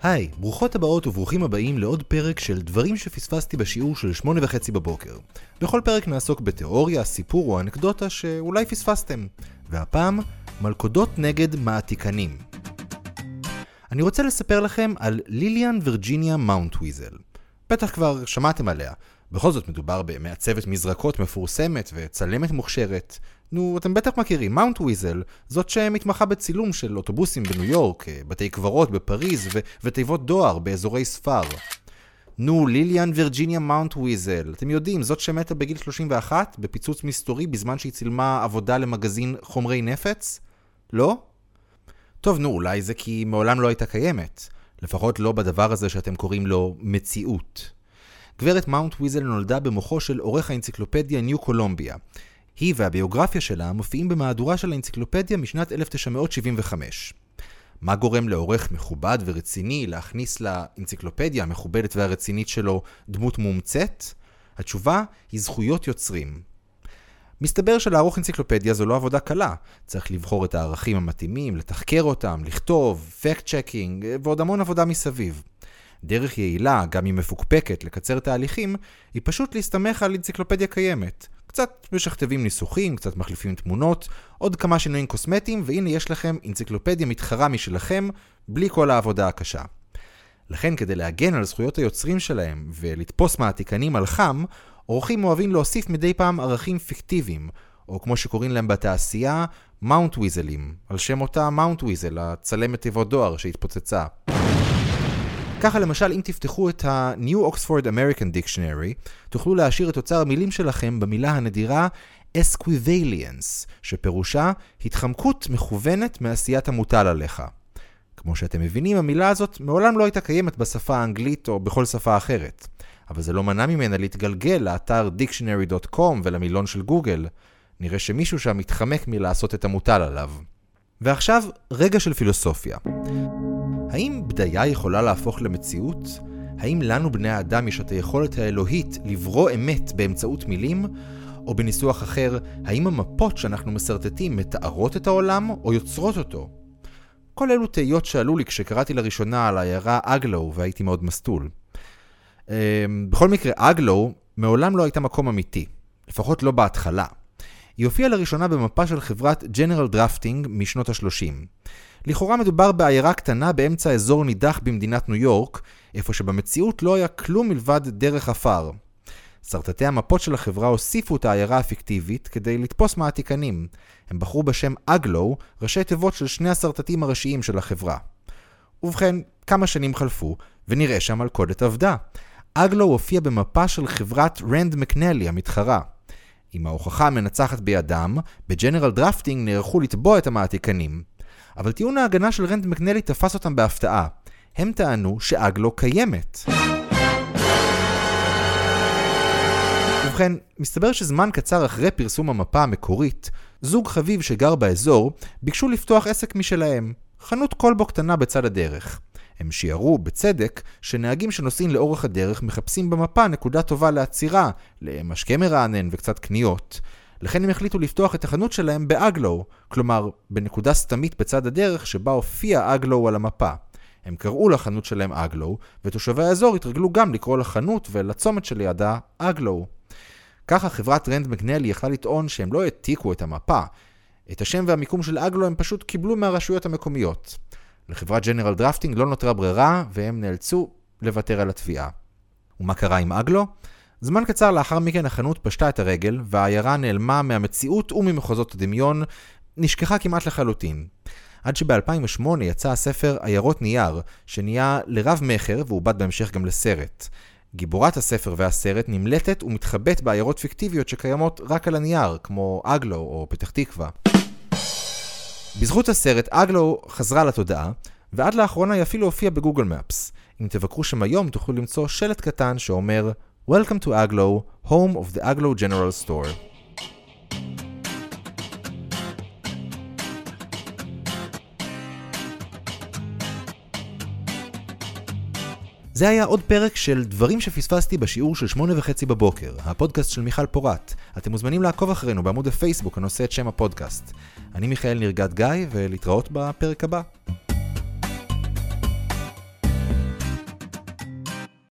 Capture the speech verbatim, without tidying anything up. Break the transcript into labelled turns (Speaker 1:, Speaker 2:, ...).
Speaker 1: היי, ברוכות הבאות וברוכים הבאים לעוד פרק של דברים שפספסתי בשיעור של שמונה וחצי בבוקר. בכל פרק נעסוק בתיאוריה, סיפור או אנקדוטה שאולי פספסתם. והפעם, מלכודות נגד מעתיקנים. אני רוצה לספר לכם על ליליאן וירג'יניה מאונטוויזל. בטח כבר שמעתם עליה. בכל זאת מדובר במעצבת מזרקות מפורסמת וצלמת מוכשרת. נו, אתם בטח מכירים, מאונטוויזל, זאת שמתמחה בצילום של אוטובוסים בניו יורק, בתי קברות בפריז ו- ותיבות דואר באזורי ספר. נו, ליליאן וירג'יניה מאונטוויזל, אתם יודעים, זאת שמתה בגיל שלושים ואחת בפיצוץ מסתורי בזמן שהיא צילמה עבודה למגזין חומרי נפץ? לא? טוב, נו, אולי זה כי מעולם לא הייתה קיימת. לפחות לא בדבר הזה שאתם קוראים לו מציאות. גברת מאונטוויזל נולדה במוחו של עורך האנציקלופדיה ניו קולומביה. היא והביוגרפיה שלה מופיעים במהדורה של האנציקלופדיה משנת אלף תשע מאות שבעים וחמש. מה גורם לעורך מכובד ורציני להכניס לאנציקלופדיה המכובדת והרצינית שלו דמות מומצאת? התשובה היא זכויות יוצרים. מסתבר שלערוך אנציקלופדיה זו לא עבודה קלה. צריך לבחור את הערכים המתאימים, לתחקר אותם, לכתוב, פקט צ'קינג ועוד המון עבודה מסביב. דרך יעילה, גם אם מפוקפקת, לקצר תהליכים, היא פשוט להסתמך על אנציקלופדיה קיימת. קצת משכתבים ניסוחים, קצת מחליפים תמונות, עוד כמה שינויים קוסמטיים, והנה יש לכם אנציקלופדיה מתחרה משלכם, בלי כל העבודה הקשה. לכן, כדי להגן על זכויות היוצרים שלהם ולתפוס מעתיקנים על חם, עורכים אוהבים להוסיף מדי פעם ערכים פיקטיביים, או כמו שקוראים להם בתעשייה, מאונטוויזלים, על שם אותה מאונטוויזל, הצלמת תיבות דואר שהתפוצצה. ככה למשל, אם תפתחו את ה-New Oxford American Dictionary, תוכלו להשאיר את אוצר המילים שלכם במילה הנדירה Esquivalence, שפירושה התחמקות מכוונת מעשיית המוטל עליך. כמו שאתם מבינים, המילה הזאת מעולם לא הייתה קיימת בשפה האנגלית או בכל שפה אחרת. אבל זה לא מנע ממנה להתגלגל לאתר דיקשנרי דוט קום ולמילון של גוגל. נראה שמישהו שם מתחמק מלעשות את המוטל עליו. ועכשיו, רגע של פילוסופיה. האם בדיה יכולה להפוך למציאות? האם לנו בני האדם יש את היכולת האלוהית לברוא אמת באמצעות מילים? או בניסוח אחר, האם המפות שאנחנו מסרטטים מתארות את העולם או יוצרות אותו? כל אלו תהיות שעלו לי כשקראתי לראשונה על העיירה אגלו והייתי מאוד מסתול. בכל מקרה, אגלו מעולם לא הייתה מקום אמיתי, לפחות לא בהתחלה. היא הופיעה לראשונה במפה של חברת ג'נרל דרפטינג משנות ה-שלושים. לכאורה מדובר בעיירה קטנה באמצע אזור נידח במדינת ניו יורק, איפה שבמציאות לא היה כלום מלבד דרך אפר. סרטטי המפות של החברה הוסיפו את העיירה הפיקטיבית כדי לתפוס מעתיקנים. הם בחרו בשם אגלו, ראשי תיבות של שני הסרטטים הראשיים של החברה. ובכן, כמה שנים חלפו, ונראה שהמלכודת עבדה. אגלו הופיע במפה של חברת רנד מקנלי המתחרה. עם ההוכחה המנצחת בידם, בג'נרל דרפטינג נערכו לתבוע את המעתיקנים. אבל טיעון ההגנה של רנד מקנלי תפס אותם בהפתעה. הם טענו שאגלו קיימת. ובכן, מסתבר שזמן קצר אחרי פרסום המפה המקורית, זוג חביב שגר באזור ביקשו לפתוח עסק משלהם, חנות קולבו קטנה בצד הדרך. הם שיערו, בצדק, שנהגים שנוסעים לאורך הדרך מחפשים במפה נקודה טובה לעצירה, למשקה מרענן וקצת קניות. לכן הם החליטו לפתוח את החנות שלהם באגלו, כלומר, בנקודה סתמית בצד הדרך שבה הופיע אגלו על המפה. הם קראו לחנות שלהם אגלו, ותושבי האזור התרגלו גם לקרוא לחנות ולצומת שלידה אגלו. ככה חברת רנד מקנלי יכלה לטעון שהם לא העתיקו את המפה. את השם והמיקום של אגלו הם פשוט קיבלו מהרשויות המקומיות. לחברת ג'נרל דרפטינג לא נותרה ברירה, והם נאלצו לוותר על התביעה. ומה קרה עם אגלו? זמן קצר לאחר מכן החנות פשטה את הרגל, והעיירה נעלמה מהמציאות וממחוזות הדמיון, נשכחה כמעט לחלוטין. עד שב-אלפיים ושמונה יצא הספר עיירות נייר, שנהיה לרב מחר ועובד בהמשך גם לסרט. גיבורת הספר והסרט נמלטת ומתחבאת בעיירות פיקטיביות שקיימות רק על הנייר, כמו אגלו או פתח תקווה. בזכות הסרט, אגלו חזרה לתודעה, ועד לאחרונה היא אפילו הופיעה בגוגל מפס. אם תבקרו שם היום, תוכלו למצוא שלט קטן שאומר Welcome to Aglo, home of the Aglo General Store. זה היה עוד פרק של דברים שפספסתי בשיעור של שמונה וחצי בבוקר, הפודקאסט של מיכל פורט. אתם מוזמנים לעקוב אחרינו בעמוד הפייסבוק הנושא את שם הפודקאסט. אני מיכאל נרגד גיא, ולהתראות בפרק הבא.